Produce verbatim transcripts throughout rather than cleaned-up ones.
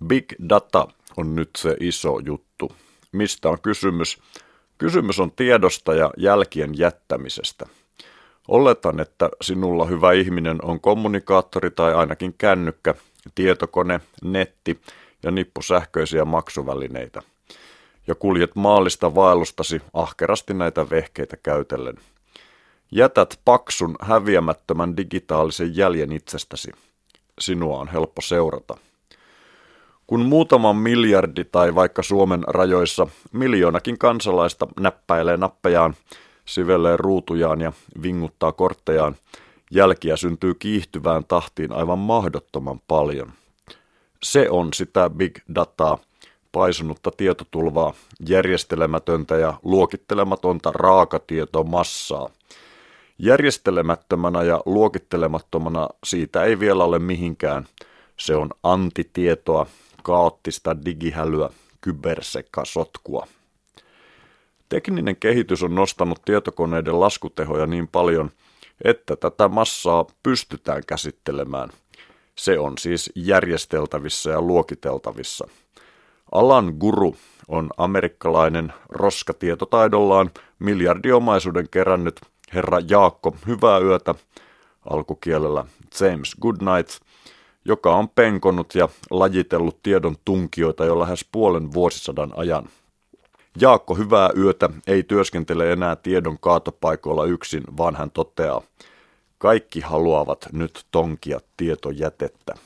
Big data on nyt se iso juttu. Mistä on kysymys? Kysymys on tiedosta ja jälkien jättämisestä. Oletan, että sinulla, hyvä ihminen, on kommunikaattori tai ainakin kännykkä, tietokone, netti ja nippu sähköisiä maksuvälineitä. Ja kuljet maallista vaellustasi ahkerasti näitä vehkeitä käytellen. Jätät paksun, häviämättömän digitaalisen jäljen itsestäsi. Sinua on helppo seurata. Kun muutaman miljardi tai vaikka Suomen rajoissa miljoonakin kansalaista näppäilee nappejaan, sivelee ruutujaan ja vinguttaa korttejaan, jälkiä syntyy kiihtyvään tahtiin aivan mahdottoman paljon. Se on sitä big dataa, paisunutta tietotulvaa, järjestelemätöntä ja luokittelematonta raakatietomassaa. Järjestelemättömänä ja luokittelemattomana siitä ei vielä ole mihinkään. Se on antitietoa, kaoottista digihälyä, kybersekasotkua. Tekninen kehitys on nostanut tietokoneiden laskutehoja niin paljon, että tätä massaa pystytään käsittelemään. Se on siis järjesteltävissä ja luokiteltavissa. Alan guru on amerikkalainen roskatietotaidollaan miljardiomaisuuden kerännyt herra Jaakko Hyvää yötä, alkukielellä James Goodnight, joka on penkonut ja lajitellut tiedon tunkijoita jo lähes puolen vuosisadan ajan. Jaakko Hyvää yötä ei työskentele enää tiedon kaatopaikoilla yksin, vaan hän toteaa, kaikki haluavat nyt tonkia tietojätettä.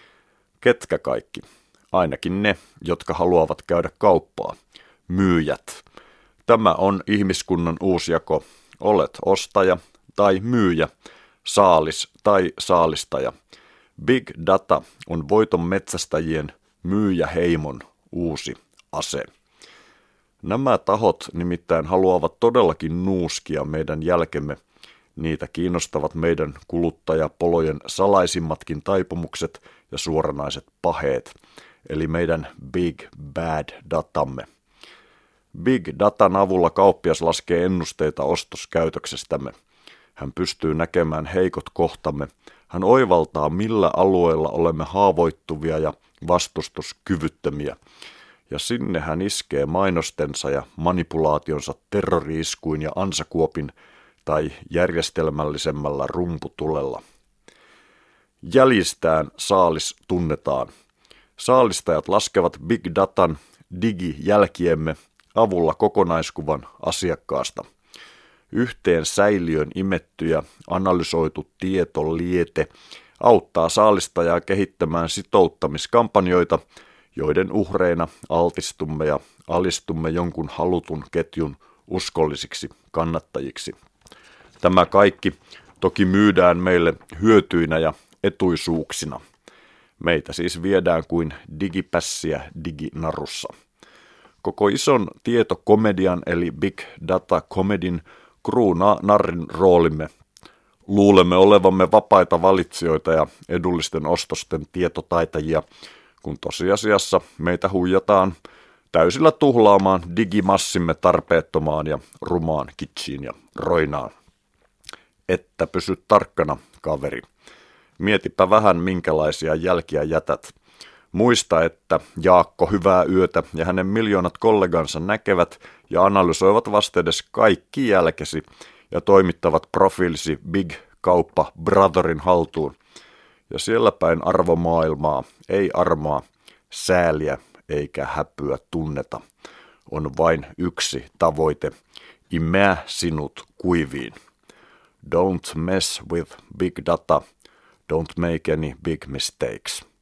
Ketkä kaikki? Ainakin ne, jotka haluavat käydä kauppaa. Myyjät. Tämä on ihmiskunnan uusjako. Olet ostaja tai myyjä, saalis tai saalistaja. Big data on voiton metsästäjien myyjäheimon uusi ase. Nämä tahot nimittäin haluavat todellakin nuuskia meidän jälkemme. Niitä kiinnostavat meidän kuluttajapolojen salaisimmatkin taipumukset ja suoranaiset paheet, eli meidän big bad datamme. Big datan avulla kauppias laskee ennusteita ostoskäytöksestämme. Hän pystyy näkemään heikot kohtamme. Hän oivaltaa, millä alueilla olemme haavoittuvia ja vastustuskyvyttömiä. Ja sinne hän iskee mainostensa ja manipulaationsa terrori-iskuin ja ansakuopin tai järjestelmällisemmällä rumputulella. Jäljistään saalis tunnetaan. Saalistajat laskevat big datan digijälkiemme avulla kokonaiskuvan asiakkaasta. Yhteen säiliön imetty ja analysoitu tietoliete auttaa saalistajaa kehittämään sitouttamiskampanjoita, joiden uhreina altistumme ja alistumme jonkun halutun ketjun uskollisiksi kannattajiksi. Tämä kaikki toki myydään meille hyötyinä ja etuisuuksina. Meitä siis viedään kuin digipässiä diginarussa. Koko ison tietokomedian eli Big Data Comedyn kruunaa narrin roolimme. Luulemme olevamme vapaita valitsijoita ja edullisten ostosten tietotaitajia, kun tosiasiassa meitä huijataan täysillä tuhlaamaan digimassimme tarpeettomaan ja rumaan kitsiin ja roinaan. Että pysy tarkkana, kaveri. Mietipä vähän, minkälaisia jälkiä jätät. Muista, että Jaakko Hyvää yötä ja hänen miljoonat kollegansa näkevät ja analysoivat vastedes kaikki jälkesi ja toimittavat profiilisi Big Kauppa Brotherin haltuun. Ja siellä päin arvomaailmaa ei armaa, sääliä eikä häpyä tunneta. On vain yksi tavoite, imeä sinut kuiviin. Don't mess with big data. Don't make any big mistakes.